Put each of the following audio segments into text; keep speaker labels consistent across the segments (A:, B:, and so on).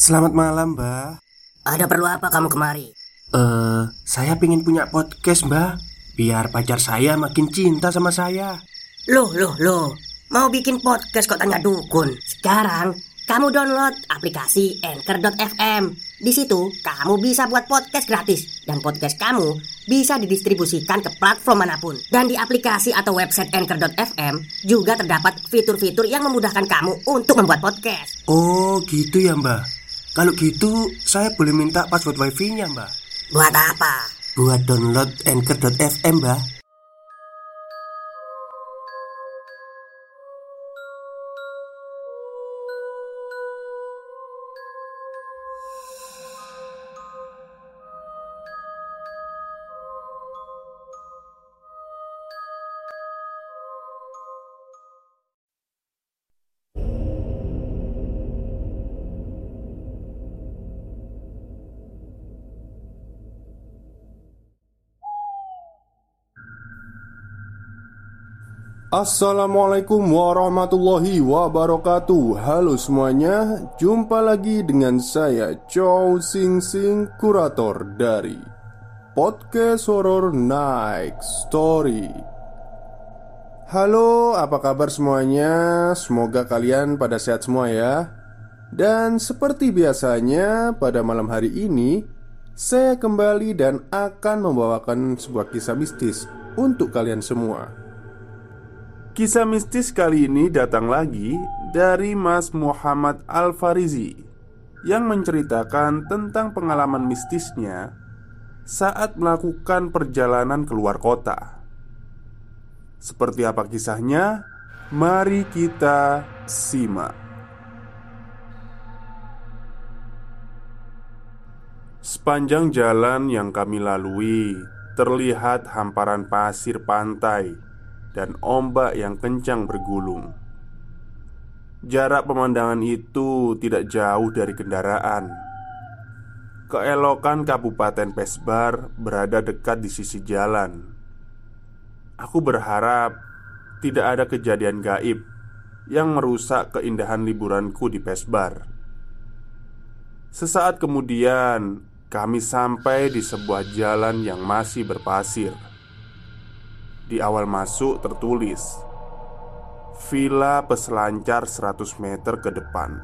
A: Selamat malam, Mbak.
B: Ada perlu apa kamu kemari?
A: Saya pengen punya podcast, Mbak. Biar pacar saya makin cinta sama saya.
B: Loh. Mau bikin podcast kok tanya dukun? Sekarang kamu download aplikasi Anchor.fm. Di situ kamu bisa buat podcast gratis. Dan podcast kamu bisa didistribusikan ke platform manapun. Dan di aplikasi atau website Anchor.fm juga terdapat fitur-fitur yang memudahkan kamu untuk membuat podcast.
A: Oh, gitu ya, Mbak. Kalau gitu, saya boleh minta password wifi-nya, Mbak.
B: Buat apa?
A: Buat download Anchor.fm, Mbak.
C: Assalamualaikum warahmatullahi wabarakatuh. Halo semuanya, jumpa lagi dengan saya Chow Sing Sing, kurator dari Podcast Horror Night Story. Halo, apa kabar semuanya? Semoga kalian pada sehat semua ya. Dan seperti biasanya, pada malam hari ini saya kembali dan akan membawakan sebuah kisah mistis untuk kalian semua. Kisah mistis kali ini datang lagi dari Mas Muhammad Al-Farizi yang menceritakan tentang pengalaman mistisnya saat melakukan perjalanan keluar kota. Seperti apa kisahnya? Mari kita simak. Sepanjang jalan yang kami lalui, terlihat hamparan pasir pantai dan ombak yang kencang bergulung. Jarak pemandangan itu tidak jauh dari kendaraan. Keelokan Kabupaten Pesbar berada dekat di sisi jalan. Aku berharap tidak ada kejadian gaib yang merusak keindahan liburanku di Pesbar. Sesaat kemudian, kami sampai di sebuah jalan yang masih berpasir. Di awal masuk tertulis Villa Peselancar 100 meter ke depan.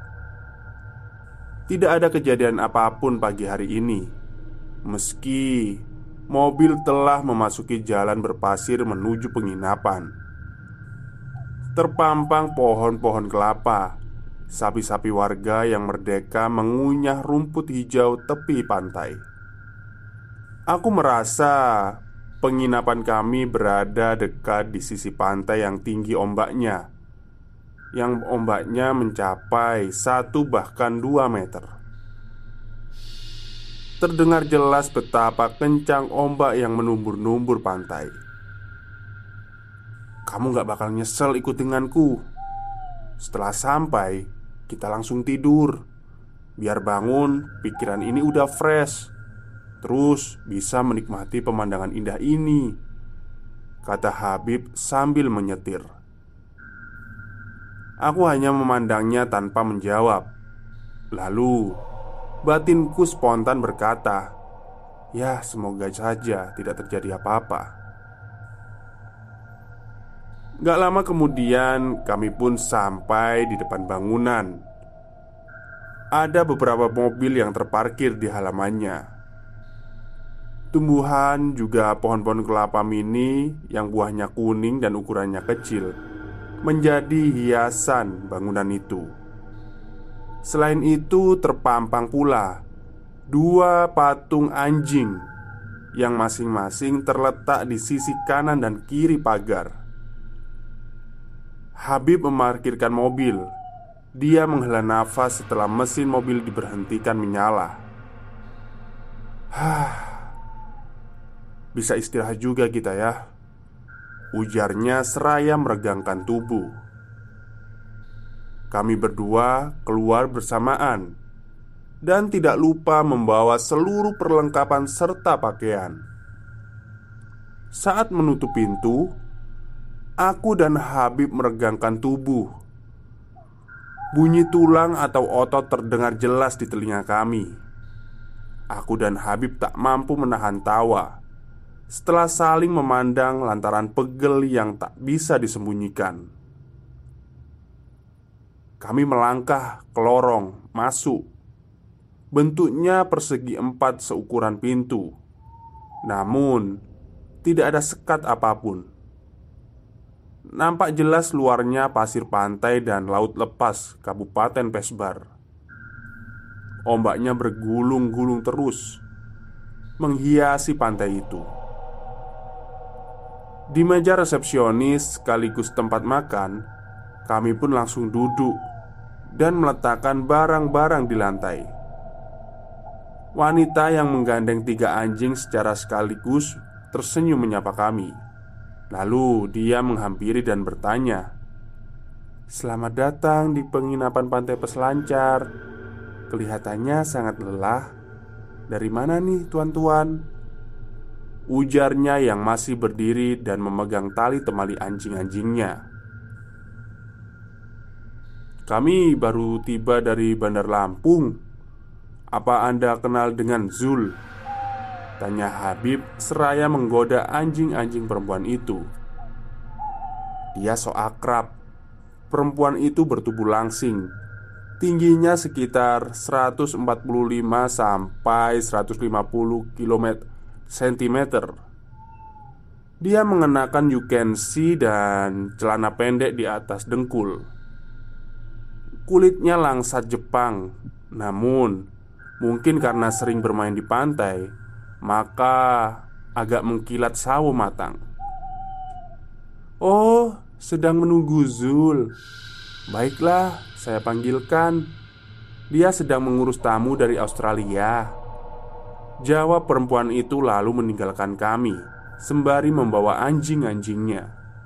C: Tidak ada kejadian apapun pagi hari ini, meski mobil telah memasuki jalan berpasir menuju penginapan. Terpampang pohon-pohon kelapa, sapi-sapi warga yang merdeka mengunyah rumput hijau tepi pantai. Aku merasa penginapan kami berada dekat di sisi pantai yang tinggi ombaknya, yang ombaknya mencapai 1 bahkan 2 meter. Terdengar jelas betapa kencang ombak yang menumbur-numbur pantai. Kamu gak bakal nyesel ikut denganku. Setelah sampai, kita langsung tidur. Biar bangun, pikiran ini udah fresh. Terus bisa menikmati pemandangan indah ini, kata Habib sambil menyetir. Aku hanya memandangnya tanpa menjawab. Lalu batinku spontan berkata, "Ya, semoga saja tidak terjadi apa-apa." Gak lama kemudian kami pun sampai di depan bangunan. Ada beberapa mobil yang terparkir di halamannya. Tumbuhan juga pohon-pohon kelapa mini yang buahnya kuning dan ukurannya kecil menjadi hiasan bangunan itu. Selain itu terpampang pula 2 patung anjing yang masing-masing terletak di sisi kanan dan kiri pagar. Habib memarkirkan mobil. Dia menghela nafas setelah mesin mobil diberhentikan menyala. Bisa istirahat juga kita ya, ujarnya seraya meregangkan tubuh. Kami berdua keluar bersamaan dan tidak lupa membawa seluruh perlengkapan serta pakaian. Saat menutup pintu, aku dan Habib meregangkan tubuh. Bunyi tulang atau otot terdengar jelas di telinga kami. Aku dan Habib tak mampu menahan tawa setelah saling memandang lantaran pegel yang tak bisa disembunyikan. Kami melangkah ke lorong masuk. Bentuknya persegi 4 seukuran pintu. Namun tidak ada sekat apapun. Nampak jelas luarnya pasir pantai dan laut lepas Kabupaten Pesbar. Ombaknya bergulung-gulung terus menghiasi pantai itu. Di meja resepsionis sekaligus tempat makan, kami pun langsung duduk dan meletakkan barang-barang di lantai. Wanita yang menggandeng 3 anjing secara sekaligus tersenyum menyapa kami. Lalu dia menghampiri dan bertanya, "Selamat datang di penginapan Pantai Peselancar. Kelihatannya sangat lelah. Dari mana nih tuan-tuan?" Ujarnya yang masih berdiri dan memegang tali temali anjing-anjingnya. "Kami baru tiba dari Bandar Lampung. Apa Anda kenal dengan Zul?" tanya Habib seraya menggoda anjing-anjing perempuan itu. Dia sok akrab. Perempuan itu bertubuh langsing. Tingginya sekitar 145 sampai 150 cm. Dia mengenakan you can see dan celana pendek di atas dengkul. Kulitnya langsat Jepang. Namun mungkin karena sering bermain di pantai, maka agak mengkilat sawo matang. "Oh, sedang menunggu Zul. Baiklah, saya panggilkan. Dia sedang mengurus tamu dari Australia," jawab perempuan itu lalu meninggalkan kami sembari membawa anjing-anjingnya.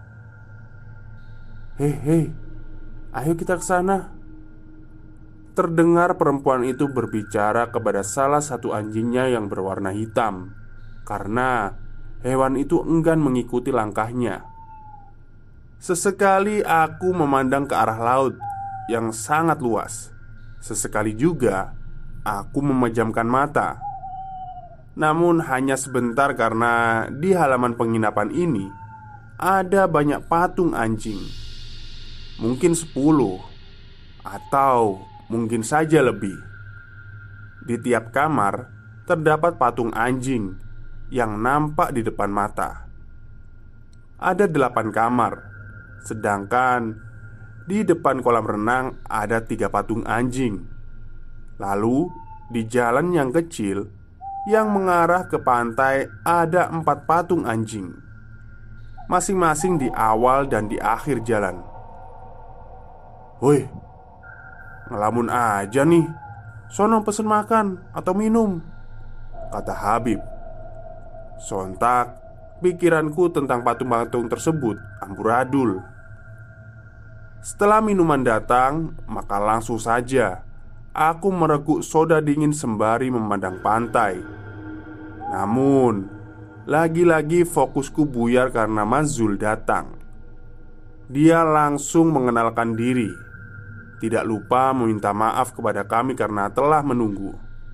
C: Hei, ayo kita ke sana." Terdengar perempuan itu berbicara kepada salah satu anjingnya yang berwarna hitam, karena hewan itu enggan mengikuti langkahnya. Sesekali aku memandang ke arah laut yang sangat luas. Sesekali juga aku memejamkan mata. Namun hanya sebentar karena di halaman penginapan ini ada banyak patung anjing. Mungkin 10 atau mungkin saja lebih. Di tiap kamar terdapat patung anjing yang nampak di depan mata. Ada 8 kamar, sedangkan di depan kolam renang ada 3 patung anjing. Lalu di jalan yang kecil yang mengarah ke pantai ada 4 patung anjing, masing-masing di awal dan di akhir jalan. "Woi, ngelamun aja nih. Sono pesen makan atau minum," kata Habib. Sontak pikiranku tentang patung-patung tersebut amburadul. Setelah minuman datang, maka langsung saja aku mereguk soda dingin sembari memandang pantai. Namun lagi-lagi fokusku buyar karena Mazul datang. Dia langsung mengenalkan diri. Tidak lupa meminta maaf kepada kami karena telah menunggu.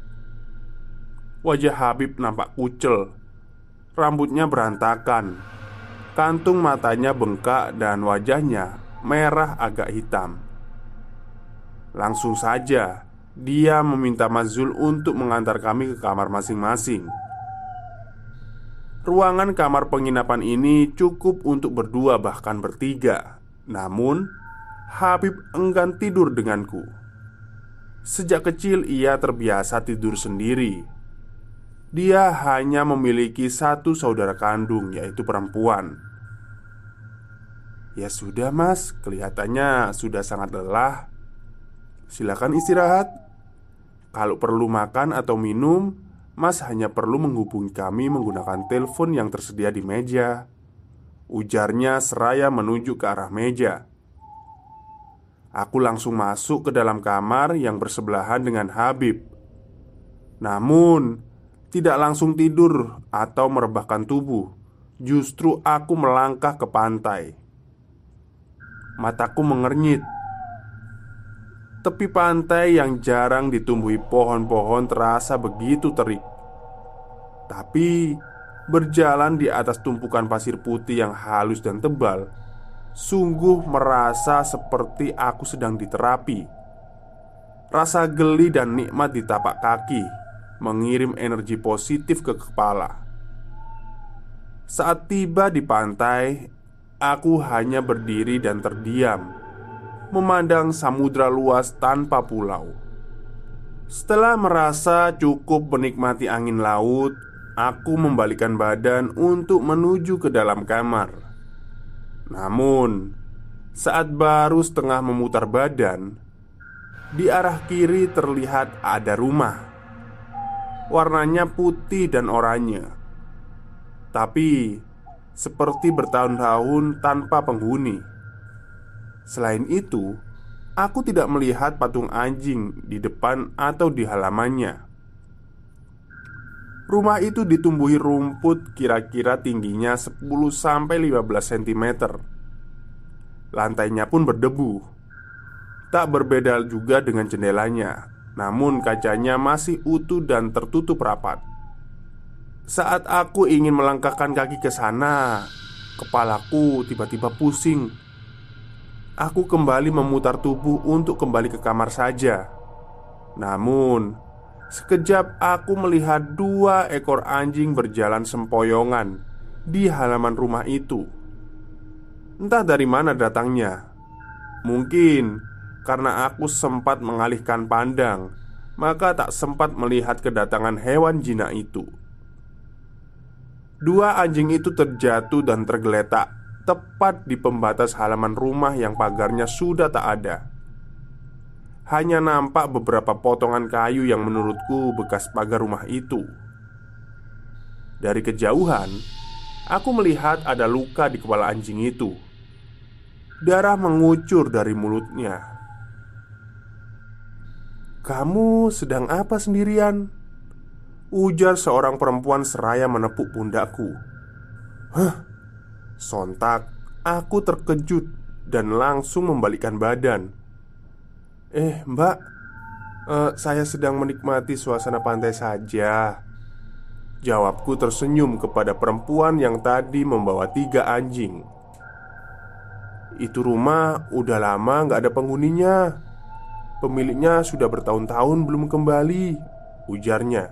C: Wajah Habib nampak kucel. Rambutnya berantakan. Kantung matanya bengkak dan wajahnya merah agak hitam. Langsung saja dia meminta Mazul untuk mengantar kami ke kamar masing-masing. Ruangan kamar penginapan ini cukup untuk berdua bahkan bertiga. Namun Habib enggan tidur denganku. Sejak kecil ia terbiasa tidur sendiri. Dia hanya memiliki 1 saudara kandung, yaitu perempuan. "Ya sudah mas, kelihatannya sudah sangat lelah. Silakan istirahat. Kalau perlu makan atau minum, mas hanya perlu menghubungi kami menggunakan telepon yang tersedia di meja," ujarnya seraya menunjuk ke arah meja. Aku langsung masuk ke dalam kamar yang bersebelahan dengan Habib. Namun tidak langsung tidur atau merebahkan tubuh. Justru aku melangkah ke pantai. Mataku mengernyit. tepi pantai yang jarang ditumbuhi pohon-pohon terasa begitu terik. Tapi berjalan di atas tumpukan pasir putih yang halus dan tebal, sungguh merasa seperti aku sedang diterapi. Rasa geli dan nikmat di tapak kaki mengirim energi positif ke kepala. Saat tiba di pantai, aku hanya berdiri dan terdiam, memandang samudra luas tanpa pulau. Setelah merasa cukup menikmati angin laut, aku membalikkan badan untuk menuju ke dalam kamar. Namun, saat baru setengah memutar badan, di arah kiri terlihat ada rumah. Warnanya putih dan oranye, tapi seperti bertahun-tahun tanpa penghuni. Selain itu, aku tidak melihat patung anjing di depan atau di halamannya. Rumah itu ditumbuhi rumput kira-kira tingginya 10-15 cm. Lantainya pun berdebu. Tak berbeda juga dengan jendelanya, namun kacanya masih utuh dan tertutup rapat. Saat aku ingin melangkahkan kaki ke sana, kepalaku tiba-tiba pusing. Aku kembali memutar tubuh untuk kembali ke kamar saja. Namun, sekejap aku melihat 2 ekor anjing berjalan sempoyongan di halaman rumah itu. Entah dari mana datangnya. Mungkin karena aku sempat mengalihkan pandang, maka tak sempat melihat kedatangan hewan jinak itu. 2 anjing itu terjatuh dan tergeletak tepat di pembatas halaman rumah yang pagarnya sudah tak ada. Hanya nampak beberapa potongan kayu yang menurutku bekas pagar rumah itu. Dari kejauhan, aku melihat ada luka di kepala anjing itu. Darah mengucur dari mulutnya. "Kamu sedang apa sendirian?" ujar seorang perempuan seraya menepuk pundakku. "Hah?" Sontak aku terkejut dan langsung membalikkan badan. Mbak, saya sedang menikmati suasana pantai saja," jawabku tersenyum kepada perempuan yang tadi membawa 3 anjing. "Itu rumah udah lama gak ada penghuninya. Pemiliknya sudah bertahun-tahun belum kembali," ujarnya.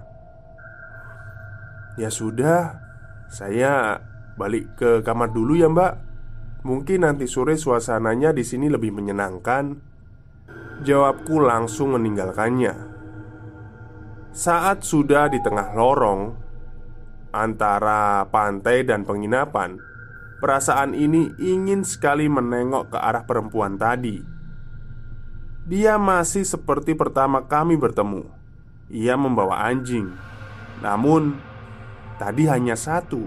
C: "Ya sudah, saya balik ke kamar dulu ya mbak. Mungkin nanti sore suasananya di sini lebih menyenangkan," jawabku langsung meninggalkannya. Saat sudah di tengah lorong antara pantai dan penginapan, perasaan ini ingin sekali menengok ke arah perempuan tadi. Dia masih seperti pertama kami bertemu. Ia membawa anjing, namun tadi hanya 1.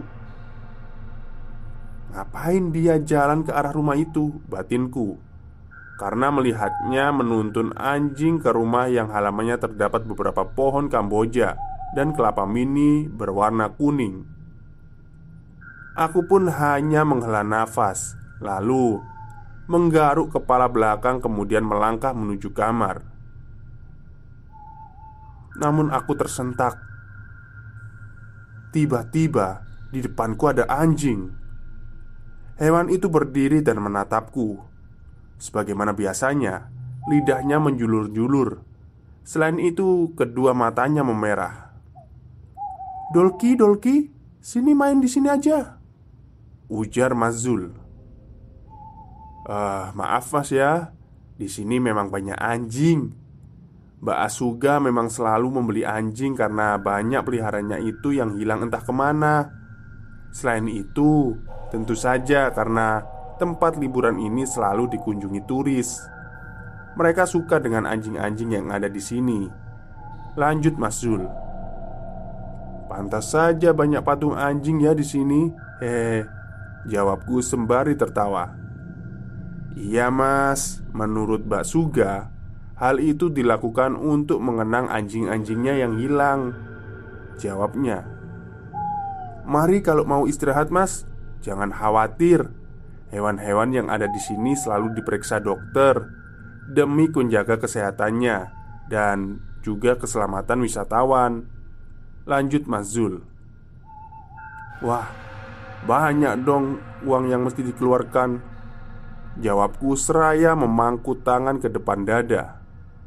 C: Ngapain dia jalan ke arah rumah itu? Batinku, karena melihatnya menuntun anjing ke rumah yang halamannya terdapat beberapa pohon kamboja dan kelapa mini berwarna kuning. Aku pun hanya menghela nafas, lalu menggaruk kepala belakang kemudian melangkah menuju kamar. Namun aku tersentak. Tiba-tiba di depanku ada anjing. Hewan itu berdiri dan menatapku. Sebagaimana biasanya, lidahnya menjulur-julur. Selain itu, kedua matanya memerah. Dolki, sini main di sini aja," ujar Mas Zul. Maaf mas ya, di sini memang banyak anjing. Mbak Asuga memang selalu membeli anjing karena banyak peliharanya itu yang hilang entah kemana. Selain itu, tentu saja karena tempat liburan ini selalu dikunjungi turis. Mereka suka dengan anjing-anjing yang ada di sini," lanjut Mas Zul. "Pantas saja banyak patung anjing ya di sini." Jawabku sembari tertawa. "Iya mas, menurut Mbak Suga, hal itu dilakukan untuk mengenang anjing-anjingnya yang hilang," jawabnya. "Mari kalau mau istirahat mas, jangan khawatir. Hewan-hewan yang ada di sini selalu diperiksa dokter. demi menjaga kesehatannya dan juga keselamatan wisatawan. Lanjut Mas Zul. Wah, banyak dong uang yang mesti dikeluarkan, jawabku seraya memangku tangan ke depan dada.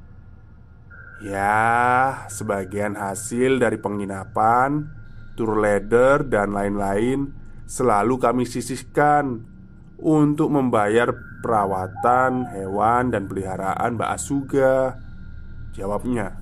C: Ya, sebagian hasil dari penginapan, tour leader, dan lain-lain selalu kami sisihkan untuk membayar perawatan hewan dan peliharaan Mbak Asuga, jawabnya.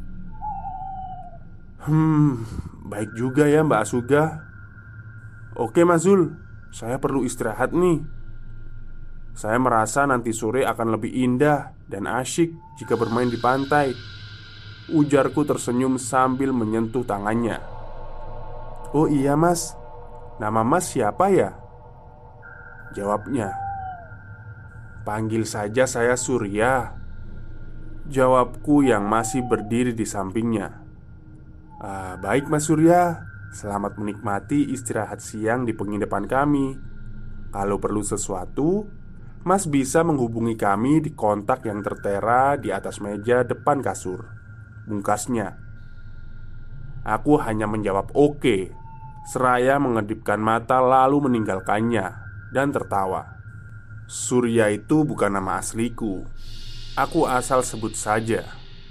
C: Baik juga ya Mbak Asuga. Oke Mas Zul, saya perlu istirahat nih. Saya merasa nanti sore akan lebih indah dan asyik jika bermain di pantai, ujarku tersenyum sambil menyentuh tangannya. Oh iya Mas, nama Mas siapa ya? Jawabnya. Panggil saja saya Surya, jawabku yang masih berdiri di sampingnya. Baik Mas Surya, selamat menikmati istirahat siang di penginapan kami. Kalau perlu sesuatu, Mas bisa menghubungi kami di kontak yang tertera di atas meja depan kasur, bungkasnya. Aku hanya menjawab oke, seraya mengedipkan mata lalu meninggalkannya dan tertawa. Surya itu bukan nama asliku. Aku asal sebut saja.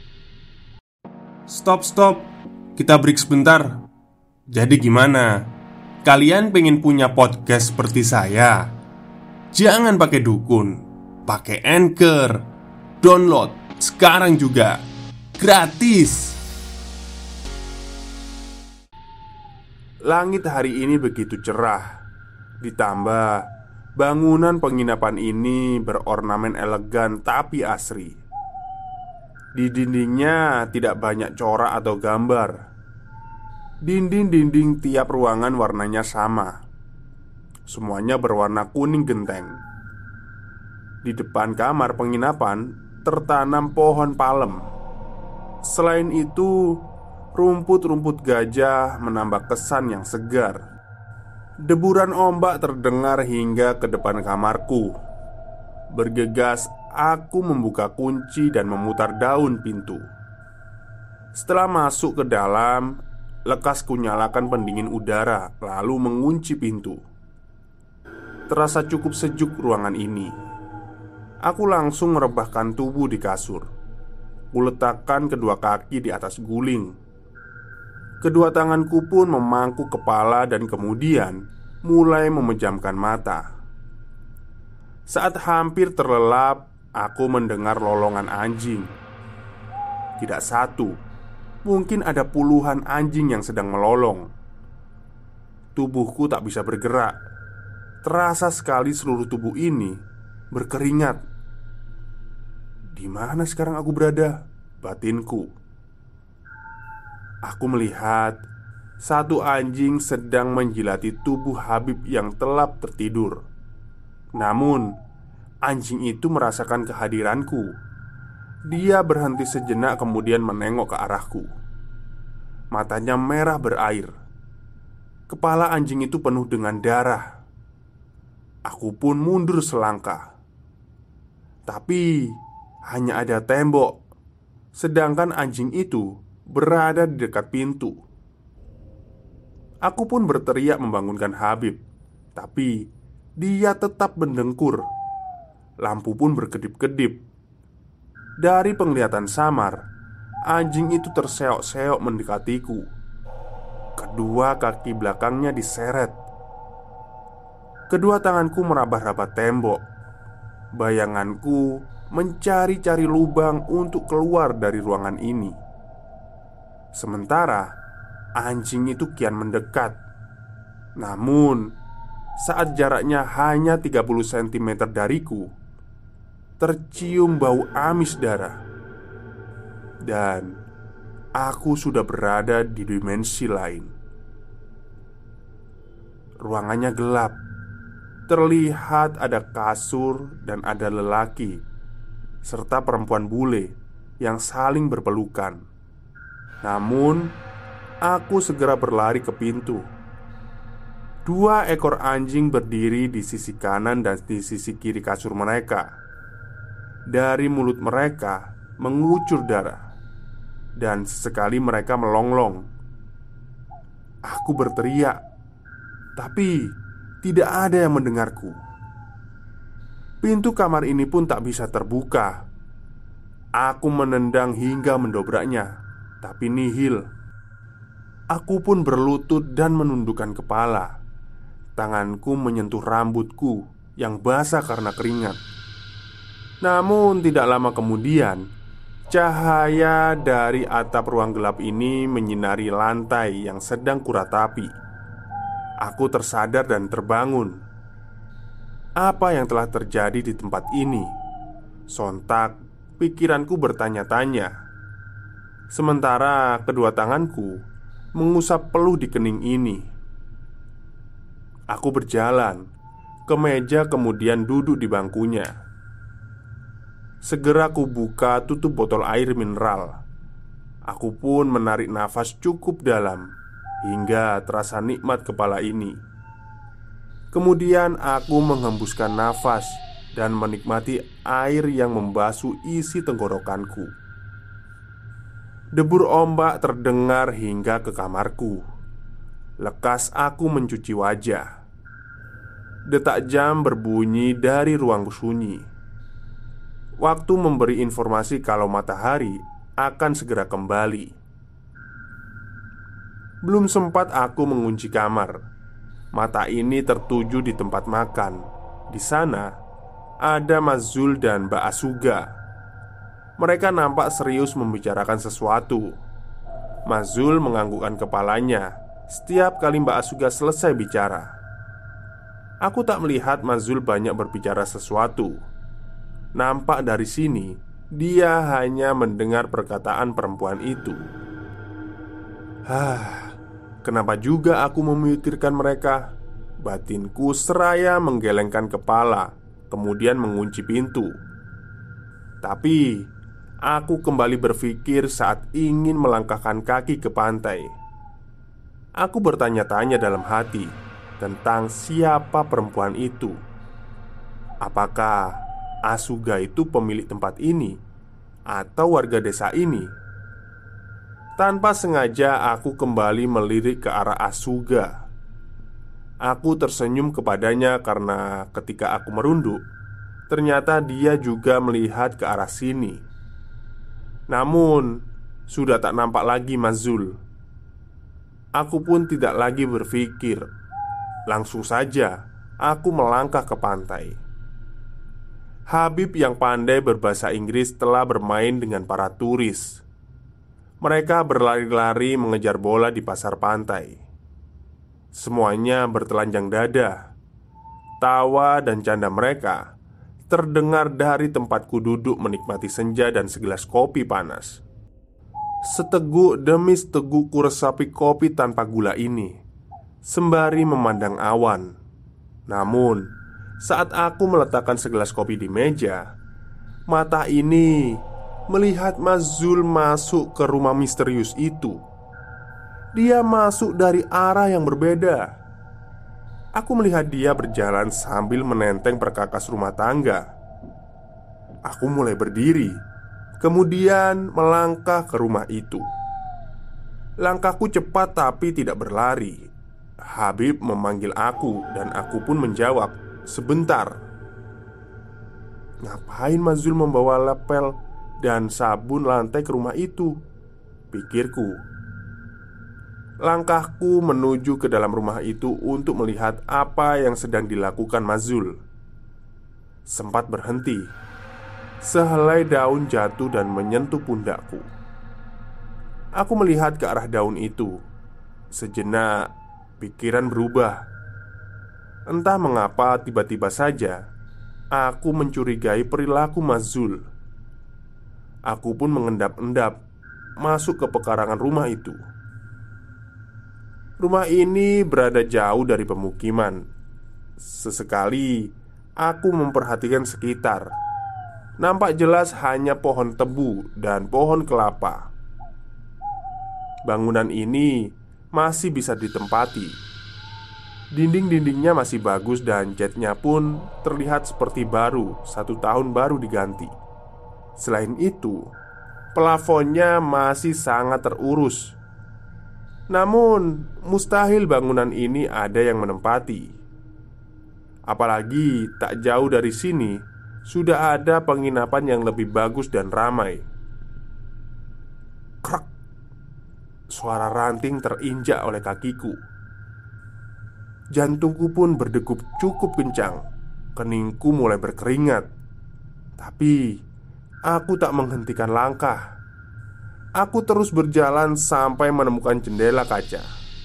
A: Stop. Kita break sebentar. Jadi gimana? Kalian pengen punya podcast seperti saya? Jangan pakai dukun, pakai Anchor. Download sekarang juga, gratis.
C: Langit hari ini begitu cerah. Ditambah bangunan penginapan ini berornamen elegan tapi asri. Di dindingnya tidak banyak corak atau gambar. Dinding-dinding tiap ruangan warnanya sama. Semuanya berwarna kuning genteng. Di depan kamar penginapan tertanam pohon palem. Selain itu, rumput-rumput gajah menambah kesan yang segar. Deburan ombak terdengar hingga ke depan kamarku. Bergegas, aku membuka kunci dan memutar daun pintu. Setelah masuk ke dalam, lekas kunyalakan pendingin udara, lalu mengunci pintu. Terasa cukup sejuk ruangan ini. Aku langsung merebahkan tubuh di kasur. Kuletakkan kedua kaki di atas guling. Kedua tanganku pun memangku kepala dan kemudian mulai memejamkan mata. Saat hampir terlelap, aku mendengar lolongan anjing. Tidak satu, mungkin ada puluhan anjing yang sedang melolong. Tubuhku tak bisa bergerak. Terasa sekali seluruh tubuh ini berkeringat. Di mana sekarang aku berada? Batinku. Aku melihat satu anjing sedang menjilati tubuh Habib yang telap tertidur. Namun, anjing itu merasakan kehadiranku. Dia berhenti sejenak kemudian menengok ke arahku. Matanya merah berair. Kepala anjing itu penuh dengan darah. Aku pun mundur selangkah. Tapi hanya ada tembok, sedangkan anjing itu berada di dekat pintu. Aku pun berteriak membangunkan Habib, tapi dia tetap mendengkur. Lampu pun berkedip-kedip. Dari penglihatan samar, anjing itu terseok-seok mendekatiku. Kedua kaki belakangnya diseret. Kedua tanganku meraba-raba tembok. Bayanganku mencari-cari lubang untuk keluar dari ruangan ini. Sementara anjing itu kian mendekat. Namun, saat jaraknya hanya 30 cm dariku, tercium bau amis darah. Dan aku sudah berada di dimensi lain. Ruangannya gelap. Terlihat ada kasur dan ada lelaki serta perempuan bule yang saling berpelukan. Namun, aku segera berlari ke pintu. Dua ekor anjing berdiri di sisi kanan dan di sisi kiri kasur mereka. dari mulut mereka mengucur darah, dan sesekali mereka melonglong. Aku berteriak, tapi tidak ada yang mendengarku. Pintu kamar ini pun tak bisa terbuka. Aku menendang hingga mendobraknya, tapi nihil. Aku pun berlutut dan menundukkan kepala. Tanganku menyentuh rambutku yang basah karena keringat. Namun tidak lama kemudian, cahaya dari atap ruang gelap ini menyinari lantai yang sedang kuratapi. Aku tersadar dan terbangun. Apa yang telah terjadi di tempat ini? Sontak pikiranku bertanya-tanya. Sementara kedua tanganku mengusap peluh di kening ini. Aku berjalan ke meja kemudian duduk di bangkunya. Segera aku buka tutup botol air mineral. Aku pun menarik nafas cukup dalam hingga terasa nikmat kepala ini. Kemudian aku menghembuskan nafas dan menikmati air yang membasuh isi tenggorokanku. Debur ombak terdengar hingga ke kamarku. Lekas aku mencuci wajah. Detak jam berbunyi dari ruang sunyi. Waktu memberi informasi kalau matahari akan segera kembali. Belum sempat aku mengunci kamar, mata ini tertuju di tempat makan. Di sana ada Mas Zul dan Mbak Asuga. Mereka nampak serius membicarakan sesuatu. Mas Zul menganggukkan kepalanya setiap kali Mbak Asuga selesai bicara. Aku tak melihat Mas Zul banyak berbicara sesuatu. Nampak dari sini dia hanya mendengar perkataan perempuan itu. Kenapa juga aku memikirkan mereka? Batinku seraya menggelengkan kepala, kemudian mengunci pintu. Tapi aku kembali berpikir saat ingin melangkahkan kaki ke pantai. Aku bertanya-tanya dalam hati tentang siapa perempuan itu. Apakah Asuga itu pemilik tempat ini atau warga desa ini? Tanpa sengaja aku kembali melirik ke arah Asuga. Aku tersenyum kepadanya karena ketika aku merunduk, ternyata dia juga melihat ke arah sini. Namun sudah tak nampak lagi Mas Zul. Aku pun tidak lagi berpikir. Langsung saja aku melangkah ke pantai. Habib yang pandai berbahasa Inggris telah bermain dengan para turis. Mereka berlari-lari mengejar bola di pasar pantai. Semuanya bertelanjang dada. Tawa dan canda mereka terdengar dari tempatku duduk menikmati senja dan segelas kopi panas. Seteguk demi seteguk ku resapi kopi tanpa gula ini, sembari memandang awan. Namun, saat aku meletakkan segelas kopi di meja, mata ini melihat Mas Zul masuk ke rumah misterius itu. Dia masuk dari arah yang berbeda. Aku melihat dia berjalan sambil menenteng perkakas rumah tangga. Aku mulai berdiri, kemudian melangkah ke rumah itu. Langkahku cepat tapi tidak berlari. Habib memanggil aku dan aku pun menjawab, "Sebentar." Ngapain Mas Zul membawa lepel dan sabun lantai ke rumah itu? Pikirku. Langkahku menuju ke dalam rumah itu untuk melihat apa yang sedang dilakukan Mas Zul. Sempat berhenti. Sehelai daun jatuh dan menyentuh pundakku. Aku melihat ke arah daun itu. Sejenak pikiran berubah. Entah mengapa tiba-tiba saja aku mencurigai perilaku Mas Zul. Aku pun mengendap-endap masuk ke pekarangan rumah itu. Rumah ini berada jauh dari pemukiman. Sesekali aku memperhatikan sekitar. Nampak jelas hanya pohon tebu dan pohon kelapa. Bangunan ini masih bisa ditempati. Dinding-dindingnya masih bagus dan catnya pun terlihat seperti baru, 1 tahun baru diganti. Selain itu, plafonnya masih sangat terurus. Namun, mustahil bangunan ini ada yang menempati. Apalagi tak jauh dari sini sudah ada penginapan yang lebih bagus dan ramai. Krak. Suara ranting terinjak oleh kakiku. Jantungku pun berdegup cukup kencang. Keningku mulai berkeringat. Tapi aku tak menghentikan langkah. Aku terus berjalan sampai menemukan jendela kaca.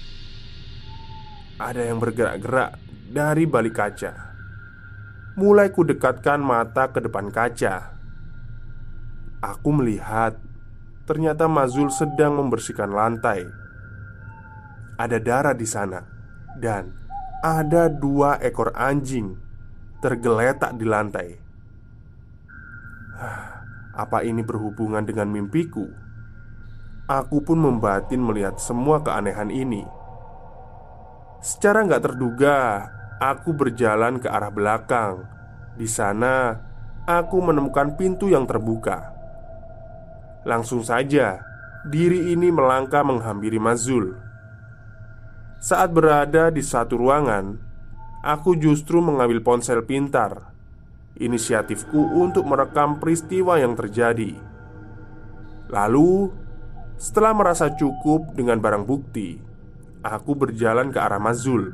C: Ada yang bergerak-gerak dari balik kaca. Mulai ku dekatkan mata ke depan kaca. Aku melihat ternyata Mazul sedang membersihkan lantai. Ada darah di sana dan ada 2 ekor anjing tergeletak di lantai. Apa ini berhubungan dengan mimpiku? Aku pun membatin melihat semua keanehan ini. Secara nggak terduga, aku berjalan ke arah belakang. Di sana, aku menemukan pintu yang terbuka. Langsung saja, diri ini melangkah menghampiri Mazul. Saat berada di satu ruangan, aku justru mengambil ponsel pintar. Inisiatifku untuk merekam peristiwa yang terjadi. Lalu, setelah merasa cukup dengan barang bukti, aku berjalan ke arah Mazul.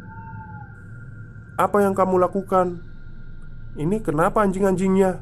C: "Apa yang kamu lakukan? Ini kenapa anjing-anjingnya?"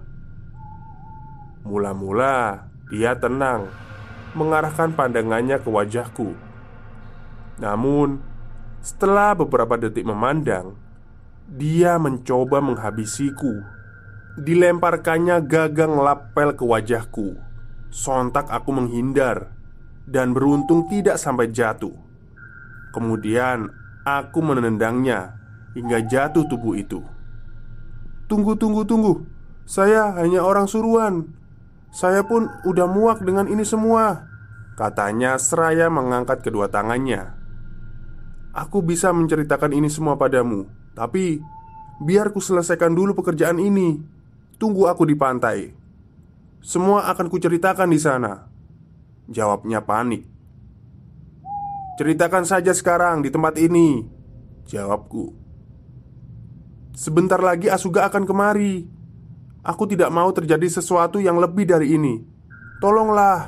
C: Mula-mula dia tenang, mengarahkan pandangannya ke wajahku. Namun, setelah beberapa detik memandang, dia mencoba menghabisiku. Dilemparkannya gagang lapel ke wajahku. Sontak aku menghindar dan beruntung tidak sampai jatuh. Kemudian aku menendangnya hingga jatuh tubuh itu. Tunggu. Saya hanya orang suruhan. Saya pun udah muak dengan ini semua," katanya seraya mengangkat kedua tangannya. "Aku bisa menceritakan ini semua padamu, tapi biar ku selesaikan dulu pekerjaan ini. Tunggu aku di pantai. Semua akan kuceritakan di sana," jawabnya panik. "Ceritakan saja sekarang di tempat ini," jawabku. "Sebentar lagi Asuga akan kemari. Aku tidak mau terjadi sesuatu yang lebih dari ini. Tolonglah."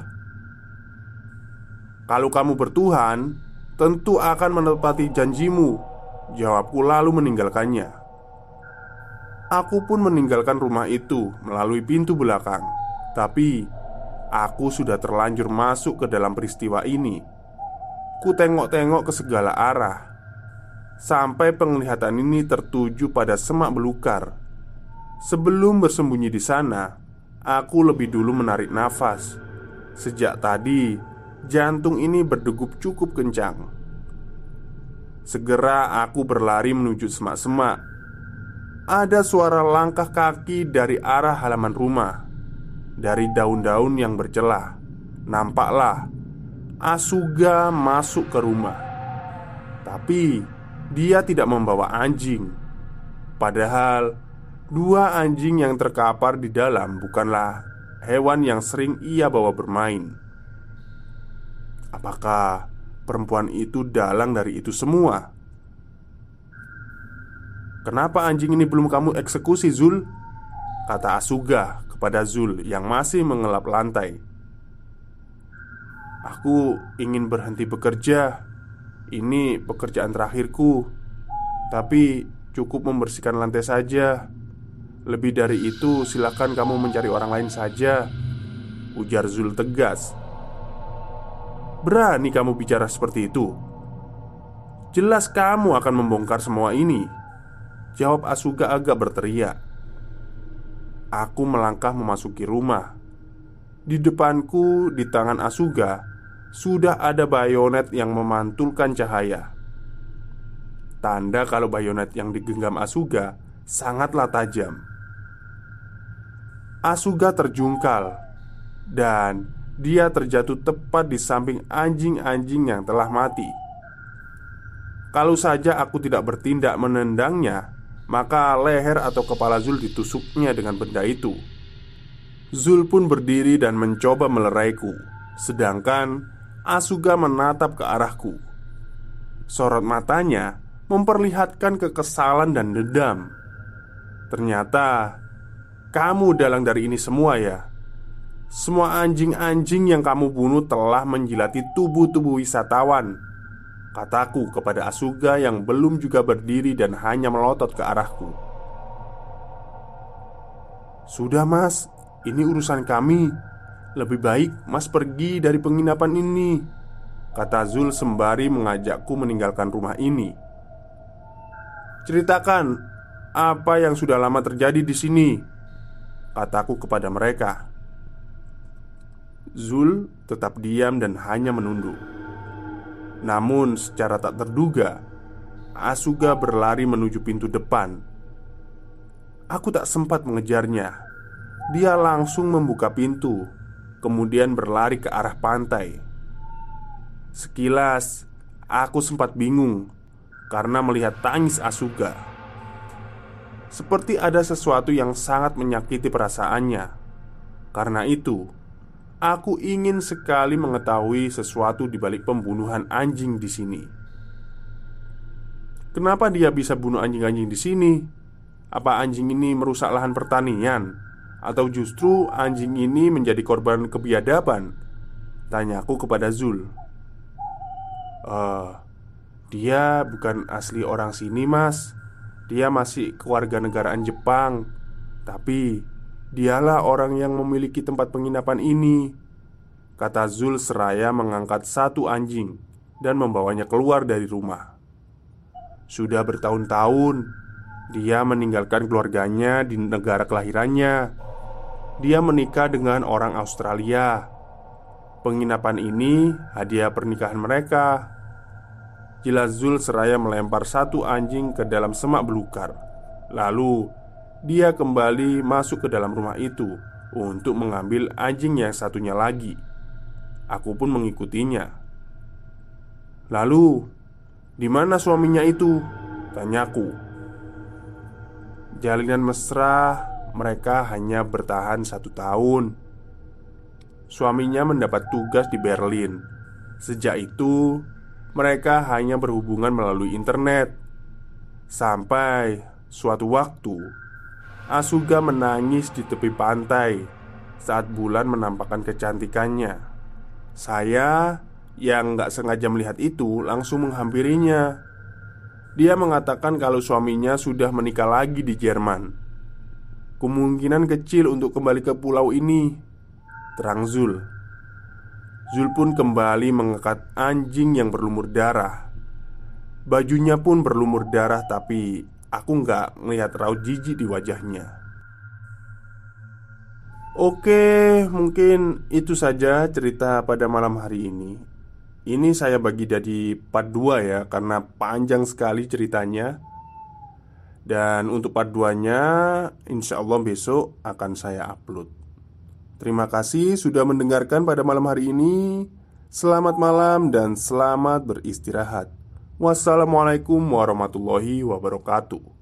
C: "Kalau kamu bertuhan, tentu akan menepati janjimu," jawabku lalu meninggalkannya. Aku pun meninggalkan rumah itu melalui pintu belakang. Tapi aku sudah terlanjur masuk ke dalam peristiwa ini. Ku tengok-tengok ke segala arah sampai penglihatan ini tertuju pada semak belukar. Sebelum bersembunyi di sana, aku lebih dulu menarik nafas. Sejak tadi, jantung ini berdegup cukup kencang. Segera aku berlari menuju semak-semak. Ada suara langkah kaki dari arah halaman rumah. Dari daun-daun yang bercelah, nampaklah Asuga masuk ke rumah. Tapi dia tidak membawa anjing. Padahal 2 anjing yang terkapar di dalam bukanlah hewan yang sering ia bawa bermain. Apakah perempuan itu dalang dari itu semua? "Kenapa anjing ini belum kamu eksekusi, Zul?" kata Asuga kepada Zul yang masih mengelap lantai. "Aku ingin berhenti bekerja. Ini pekerjaan terakhirku. Tapi cukup membersihkan lantai saja. Lebih dari itu silakan kamu mencari orang lain saja," ujar Zul tegas. "Berani kamu bicara seperti itu? Jelas kamu akan membongkar semua ini," jawab Asuga agak berteriak. Aku melangkah memasuki rumah. Di depanku, di tangan Asuga, sudah ada bayonet yang memantulkan cahaya. Tanda kalau bayonet yang digenggam Asuga sangatlah tajam. Asuga terjungkal dan dia terjatuh tepat di samping anjing-anjing yang telah mati. Kalau saja aku tidak bertindak menendangnya, maka leher atau kepala Zul ditusuknya dengan benda itu. Zul pun berdiri dan mencoba meleraiku, sedangkan Asuga menatap ke arahku. Sorot matanya memperlihatkan kekesalan dan dendam. "Ternyata kamu dalang dari ini semua ya. Semua anjing-anjing yang kamu bunuh telah menjilati tubuh-tubuh wisatawan," kataku kepada Asuga yang belum juga berdiri dan hanya melotot ke arahku. "Sudah mas, ini urusan kami. Lebih baik mas pergi dari penginapan ini," kata Zul sembari mengajakku meninggalkan rumah ini. "Ceritakan apa yang sudah lama terjadi di sini," kataku kepada mereka. Zul tetap diam dan hanya menunduk. Namun secara tak terduga, Asuga berlari menuju pintu depan. Aku tak sempat mengejarnya. Dia langsung membuka pintu, kemudian berlari ke arah pantai. Sekilas, aku sempat bingung karena melihat tangis Asuga. Seperti ada sesuatu yang sangat menyakiti perasaannya. Karena itu, aku ingin sekali mengetahui sesuatu di balik pembunuhan anjing di sini. Kenapa dia bisa bunuh anjing-anjing di sini? Apa anjing ini merusak lahan pertanian? Atau justru anjing ini menjadi korban kebiadaban? Tanyaku kepada Zul. Dia bukan asli orang sini mas. Dia masih kewarganegaraan Jepang. Tapi dialah orang yang memiliki tempat penginapan ini, kata Zul seraya mengangkat satu anjing dan membawanya keluar dari rumah. Sudah bertahun-tahun dia meninggalkan keluarganya di negara kelahirannya. Dia menikah dengan orang Australia. Penginapan ini hadiah pernikahan mereka. Jelas Zul seraya melempar satu anjing ke dalam semak belukar. Lalu dia kembali masuk ke dalam rumah itu untuk mengambil anjing yang satunya lagi. Aku pun mengikutinya. "Lalu, di mana suaminya itu?" tanyaku. "Jalinan mesra mereka hanya bertahan 1 tahun. Suaminya mendapat tugas di Berlin. Sejak itu, mereka hanya berhubungan melalui internet. Sampai suatu waktu, Asuga menangis di tepi pantai saat bulan menampakkan kecantikannya. Saya yang gak sengaja melihat itu langsung menghampirinya. Dia mengatakan kalau suaminya sudah menikah lagi di Jerman. Kemungkinan kecil untuk kembali ke pulau ini," terang Zul. Zul pun kembali mengekat anjing yang berlumur darah. Bajunya pun berlumur darah, tapi aku nggak melihat raut jijik di wajahnya. Oke, mungkin itu saja cerita pada malam hari ini. Ini saya bagi jadi part 2 ya, karena panjang sekali ceritanya. Dan untuk part 2-nya insya Allah besok akan saya upload. Terima kasih sudah mendengarkan pada malam hari ini. Selamat malam dan selamat beristirahat. Wassalamualaikum warahmatullahi wabarakatuh.